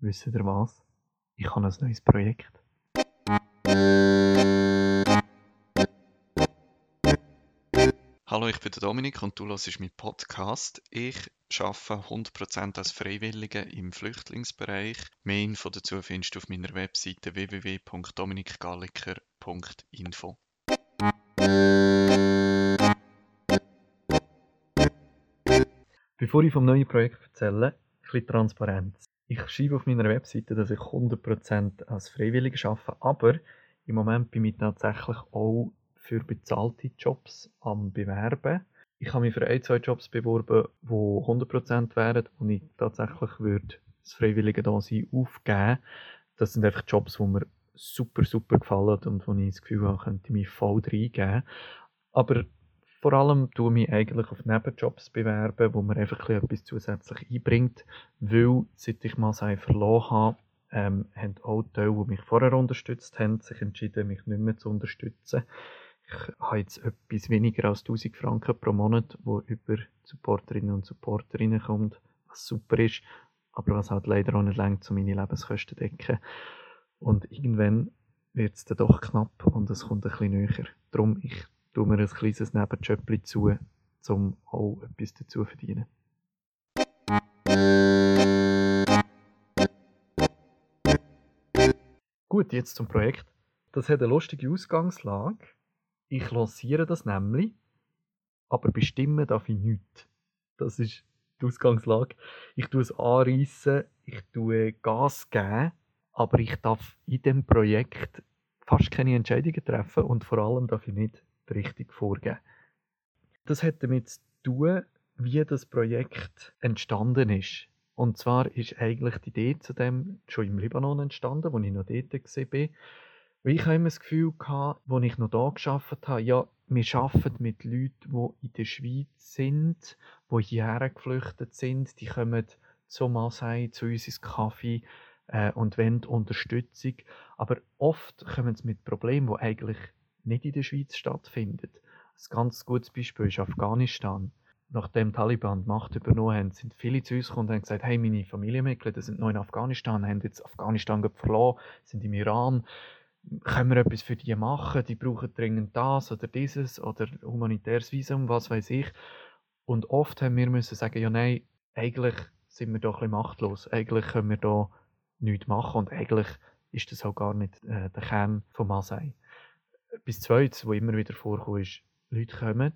Wisst ihr was? Ich habe ein neues Projekt. Hallo, ich bin der Dominik und du hörst meinen Podcast. Ich arbeite 100% als Freiwilliger im Flüchtlingsbereich. Mehr Info dazu findest du auf meiner Webseite www.dominikgalliker.info. Bevor ich vom neuen Projekt erzähle, ein bisschen Transparenz. Ich schreibe auf meiner Webseite, dass ich 100% als Freiwilliger arbeite, aber im Moment bin ich tatsächlich auch für bezahlte Jobs am Bewerben. Ich habe mich für ein, zwei Jobs beworben, die 100% wären, wo ich tatsächlich würde das Freiwillige Dasein aufgeben. Das sind einfach Jobs, die mir super, super gefallen und wo ich das Gefühl habe, könnte ich mich voll reingeben. Aber vor allem tue ich mich eigentlich auf Nebenjobs bewerben, wo mir einfach etwas zusätzlich einbringt, weil seit ich Masai verloren habe, haben auch die, die mich vorher unterstützt haben, sich entschieden, mich nicht mehr zu unterstützen. Ich habe jetzt etwas weniger als 1000 Franken pro Monat, wo über Supporterinnen und Supporter reinkommt, was super ist, aber was halt leider auch nicht reicht, um meine Lebenskosten zu decken. Und irgendwann wird es dann doch knapp und es kommt ein bisschen näher. Darum, ich tue mir ein kleines Nebenjobchen zu, um auch etwas dazu zu verdienen. Gut, jetzt zum Projekt. Das hat eine lustige Ausgangslage. Ich lanciere das nämlich, aber bestimmen darf ich nichts. Das ist die Ausgangslage. Ich tue es anreissen, ich tue Gas geben, aber ich darf in diesem Projekt fast keine Entscheidungen treffen und vor allem darf ich nicht die Richtung vorgeben. Das hat damit zu tun, wie das Projekt entstanden ist. Und zwar ist eigentlich die Idee zu dem schon im Libanon entstanden, wo ich noch dort war. Weil ich habe immer das Gefühl gehabt, als ich noch da gearbeitet habe, ja, wir arbeiten mit Leuten, die in der Schweiz sind, die hierher geflüchtet sind, die kommen zu Masai, zu uns ins Café und wollen Unterstützung. Aber oft kommen sie mit Problemen, die eigentlich nicht in der Schweiz stattfinden. Ein ganz gutes Beispiel ist Afghanistan. Nachdem die Taliban die Macht übernommen haben, sind viele zu uns gekommen und haben gesagt, hey, meine Familienmitglieder sind noch in Afghanistan, haben jetzt Afghanistan verloren, sind im Iran. Können wir etwas für die machen? Die brauchen dringend das oder dieses oder humanitäres Visum, was weiß ich. Und oft haben wir müssen sagen, ja nein, eigentlich sind wir doch ein bisschen machtlos. Eigentlich können wir da nichts machen und eigentlich ist das auch gar nicht der Kern von Masai. Etwas Zweites, was immer wieder vorkommt, ist, Leute kommen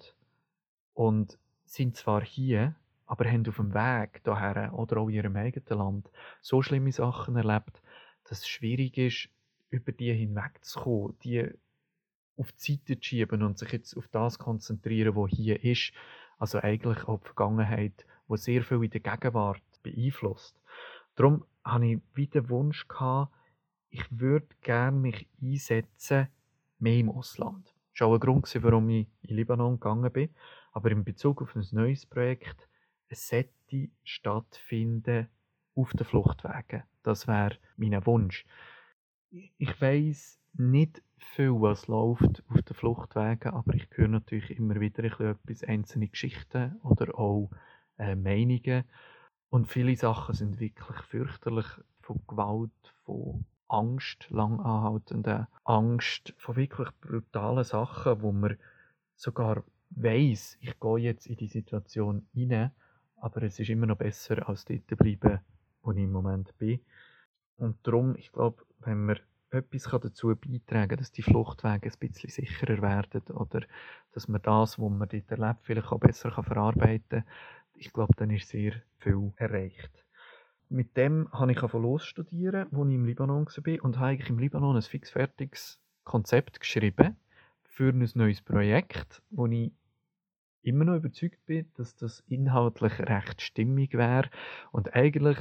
und sind zwar hier, aber haben auf dem Weg daher oder auch in ihrem eigenen Land so schlimme Sachen erlebt, dass es schwierig ist, über die hinwegzukommen, die auf die Seite zu schieben und sich jetzt auf das konzentrieren, was hier ist. Also eigentlich auch die Vergangenheit, die sehr viel in der Gegenwart beeinflusst. Darum hatte ich wieder den Wunsch gehabt, ich würde gerne mich einsetzen, mehr im Ausland. Das war auch ein Grund, warum ich in Libanon gegangen bin. Aber in Bezug auf ein neues Projekt, es sollte stattfinden auf den Fluchtwegen. Das wäre mein Wunsch. Ich weiss nicht viel, was läuft auf den Fluchtwegen, aber ich höre natürlich immer wieder etwas, einzelne Geschichten oder auch Meinungen. Und viele Sachen sind wirklich fürchterlich, von Gewalt, von Angst, lang anhaltender Angst, von wirklich brutalen Sachen, wo man sogar weiss, ich gehe jetzt in die Situation rein, aber es ist immer noch besser, als dort zu bleiben, wo ich im Moment bin. Und darum, ich glaube, wenn man etwas dazu beitragen kann, dass die Fluchtwege ein bisschen sicherer werden oder dass man das, was man dort erlebt, vielleicht auch besser verarbeiten kann, ich glaube, dann ist sehr viel erreicht. Mit dem habe ich losstudieren, als ich im Libanon war und habe eigentlich im Libanon ein fixfertiges Konzept geschrieben für ein neues Projekt, wo ich immer noch überzeugt bin, dass das inhaltlich recht stimmig wäre und eigentlich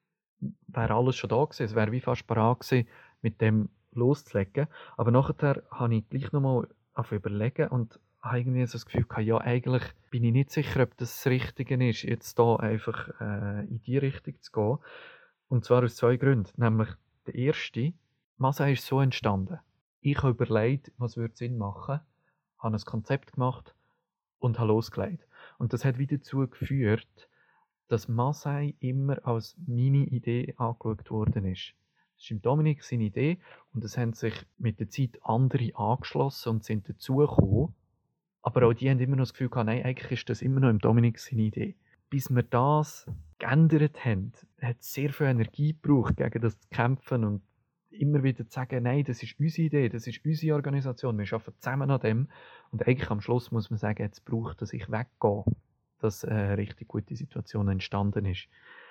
wäre alles schon da gewesen, es wäre wie fast parat gewesen, mit dem loszulegen. Aber nachher habe ich gleich nochmal überlegen und habe irgendwie so das Gefühl gehabt, ja, eigentlich bin ich nicht sicher, ob das Richtige ist, jetzt da einfach in die Richtung zu gehen. Und zwar aus zwei Gründen. Nämlich der erste, Masa ist so entstanden. Ich habe überlegt, was würde Sinn machen, habe ein Konzept gemacht und habe losgelegt. Und das hat wieder dazu geführt, dass Masai immer als meine Idee angeschaut worden ist. Das ist im Dominik seine Idee und es haben sich mit der Zeit andere angeschlossen und sind dazugekommen. Aber auch die haben immer noch das Gefühl gehabt, nein, eigentlich ist das immer noch im Dominik seine Idee. Bis wir das geändert haben, hat es sehr viel Energie gebraucht, gegen das zu kämpfen und immer wieder zu sagen, nein, das ist unsere Idee, das ist unsere Organisation, wir arbeiten zusammen an dem. Und eigentlich am Schluss muss man sagen, jetzt braucht, dass ich weggehe, dass eine richtig gute Situation entstanden ist.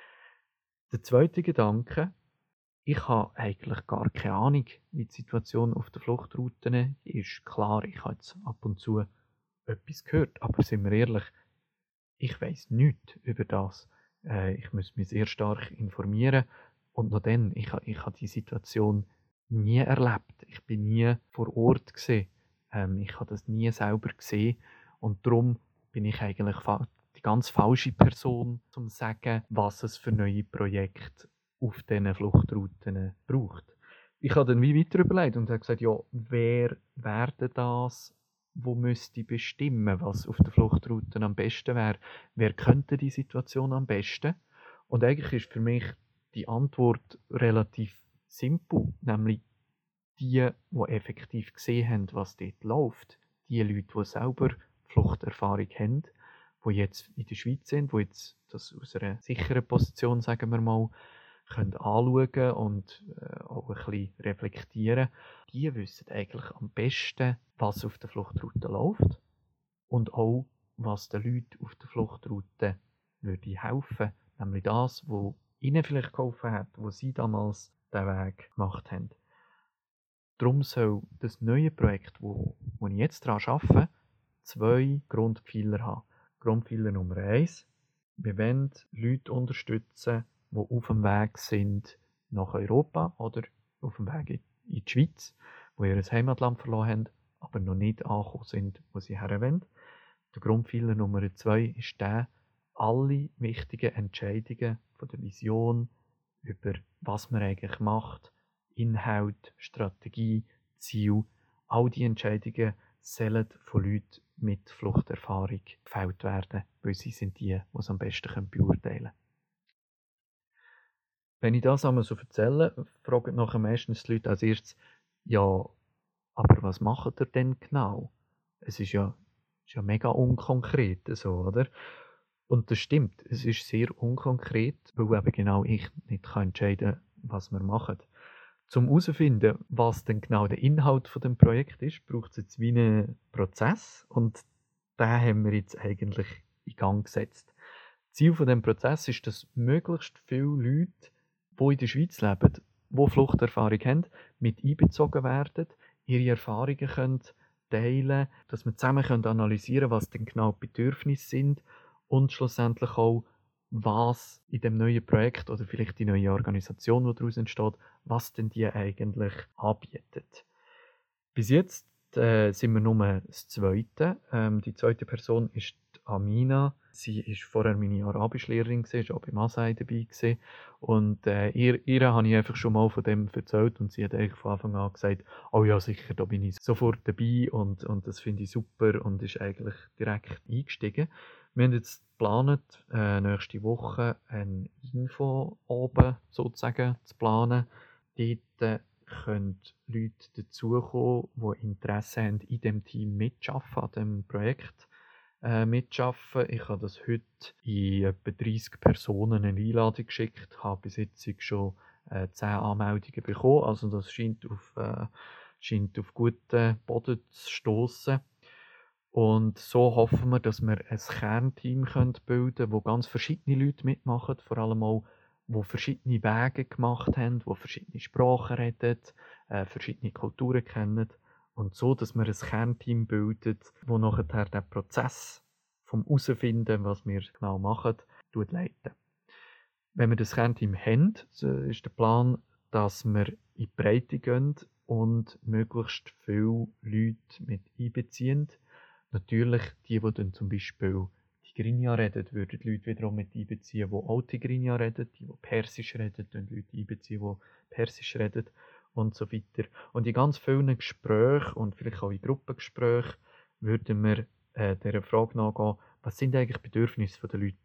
Der zweite Gedanke, ich habe eigentlich gar keine Ahnung, wie die Situation auf den Fluchtrouten ist. Klar, ich habe jetzt ab und zu etwas gehört, aber sind wir ehrlich, ich weiss nichts über das. Ich muss mich sehr stark informieren und noch dann, ich habe die Situation nie erlebt. Ich bin nie vor Ort gewesen. Ich habe das nie selber gesehen und darum bin ich eigentlich die ganz falsche Person, um zu sagen, was es für neue Projekte auf diesen Fluchtrouten braucht. Ich habe dann wie weiter überlegt und habe gesagt, ja, wer wäre das, wo müsste bestimmen, was auf der Fluchtroute am besten wäre? Wer könnte die Situation am besten? Und eigentlich ist für mich die Antwort relativ simpel, nämlich die effektiv gesehen haben, was dort läuft. Die Leute, die selber Fluchterfahrung haben, die jetzt in der Schweiz sind, die jetzt das aus einer sicheren Position, sagen wir mal, können anschauen und auch ein bisschen reflektieren. Die wissen eigentlich am besten, was auf der Fluchtroute läuft und auch, was den Leuten auf der Fluchtroute würde helfen. Nämlich das, was ihnen vielleicht geholfen hat, wo sie damals den Weg gemacht haben. Darum soll das neue Projekt, wo ich jetzt daran arbeite, 2 Grundpfeiler haben. Grundpfeiler Nummer 1: Wir wollen Leute unterstützen, die auf dem Weg sind nach Europa oder auf dem Weg in die Schweiz, die ihr Heimatland verloren haben, aber noch nicht angekommen sind, wo sie her wollen. Der Grundpfeiler Nummer 2 ist der, alle wichtigen Entscheidungen von der Vision über was man eigentlich macht, Inhalt, Strategie, Ziel, all die Entscheidungen sollen von Leuten mit Fluchterfahrung gefällt werden, weil sie sind die es am besten beurteilen können. Wenn ich das einmal so erzähle, fragen nachher meistens die Leute als erstes, ja, aber was macht ihr denn genau? Es ist ja mega unkonkret, so, oder? Und das stimmt, es ist sehr unkonkret, weil eben genau ich nicht entscheiden kann, was wir machen. Zum herauszufinden, was denn genau der Inhalt von dem Projekt ist, braucht es jetzt wie einen Prozess und den haben wir jetzt eigentlich in Gang gesetzt. Ziel von dem Prozess ist, dass möglichst viele Leute, die in der Schweiz leben, die Fluchterfahrung haben, mit einbezogen werden, ihre Erfahrungen können teilen, dass wir zusammen analysieren können, was denn genau die Bedürfnisse sind und schlussendlich auch, was in dem neuen Projekt oder vielleicht die neue Organisation, die daraus entsteht, was denn die eigentlich anbietet. Bis jetzt sind wir nur das Zweite. Die zweite Person ist Amina. Sie war vorher meine Arabischlehrerin, war auch bei Masai dabei. Und ihr habe ich einfach schon mal von dem erzählt und sie hat eigentlich von Anfang an gesagt, oh ja, sicher, da bin ich sofort dabei und das finde ich super und ist eigentlich direkt eingestiegen. Wir haben jetzt geplant, nächste Woche eine Info oben sozusagen zu planen. Dort können Leute dazukommen, die Interesse haben, in diesem Team mitzuarbeiten, an diesem Projekt mitzuarbeiten. Ich habe das heute in etwa 30 Personen eine Einladung geschickt, habe bis jetzt schon 10 Anmeldungen bekommen. Also das scheint auf guten Boden zu stossen. Und so hoffen wir, dass wir ein Kernteam bilden können, wo ganz verschiedene Leute mitmachen, vor allem auch, die verschiedene Wege gemacht haben, die verschiedene Sprachen reden, verschiedene Kulturen kennen. Und so, dass wir ein Kernteam bilden, das nachher den Prozess vom Herausfinden, was wir genau machen, leitet. Wenn wir das Kernteam haben, so ist der Plan, dass wir in die Breite gehen und möglichst viele Leute mit einbeziehen. Natürlich, die dann zum Beispiel Tigrinya reden, würden die Leute wiederum mit einbeziehen, die auch Tigrinya reden, die Persisch reden, Leute einbeziehen, die Persisch reden und so weiter. Und in ganz vielen Gesprächen und vielleicht auch in Gruppengesprächen würden wir dieser Frage nachgehen, was sind eigentlich die Bedürfnisse der Leute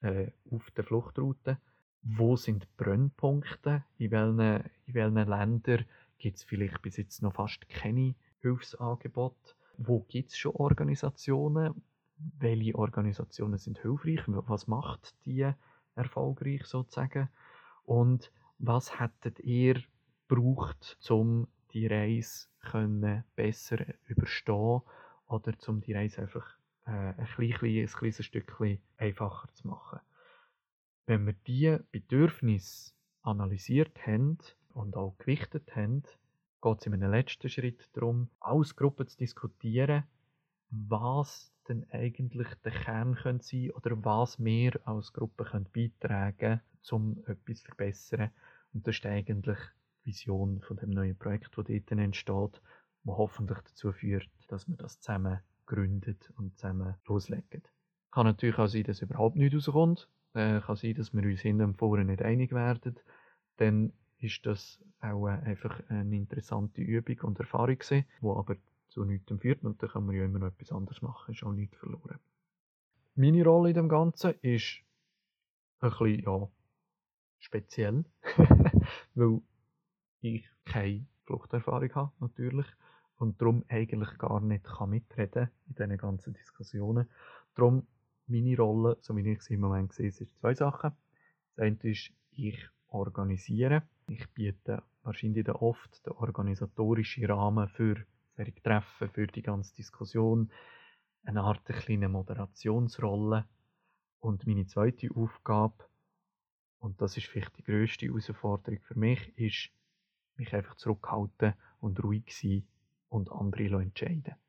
auf der Fluchtroute. Wo sind die Brennpunkte? In welchen Ländern gibt es vielleicht bis jetzt noch fast keine Hilfsangebote? Wo gibt es schon Organisationen? Welche Organisationen sind hilfreich? Was macht die erfolgreich sozusagen? Und was hättet ihr gebraucht, um die Reise besser überstehen oder um die Reise einfach ein kleines Stückchen einfacher zu machen? Wenn wir diese Bedürfnisse analysiert haben und auch gewichtet haben, geht es in einem letzten Schritt darum, als Gruppe zu diskutieren, was denn eigentlich der Kern könnte sein oder was wir als Gruppe können beitragen können, um etwas zu verbessern. Und das ist eigentlich die Vision von dem neuen Projekt, das dort entsteht, das hoffentlich dazu führt, dass wir das zusammen gründet und zusammen loslegen. Kann natürlich auch sein, dass überhaupt nichts rauskommt. Kann sein, dass wir uns hinten und vorne nicht einig werden. Dann ist das auch einfach eine interessante Übung und Erfahrung gewesen, die aber zu nichts führt. Und dann kann man ja immer noch etwas anderes machen, ist auch nichts verloren. Meine Rolle in dem Ganzen ist ein bisschen, speziell, weil ich keine Fluchterfahrung habe, natürlich. Und darum eigentlich gar nicht mitreden in diesen ganzen Diskussionen. Darum meine Rolle, so wie ich sie im Moment sehe, sind zwei Sachen. Das eine ist, ich organisiere. Ich biete wahrscheinlich dann oft den organisatorischen Rahmen für solche Treffen, für die ganze Diskussion, eine Art kleine Moderationsrolle. Und meine zweite Aufgabe, und das ist vielleicht die grösste Herausforderung für mich, ist, mich einfach zurückhalten und ruhig sein und andere entscheiden.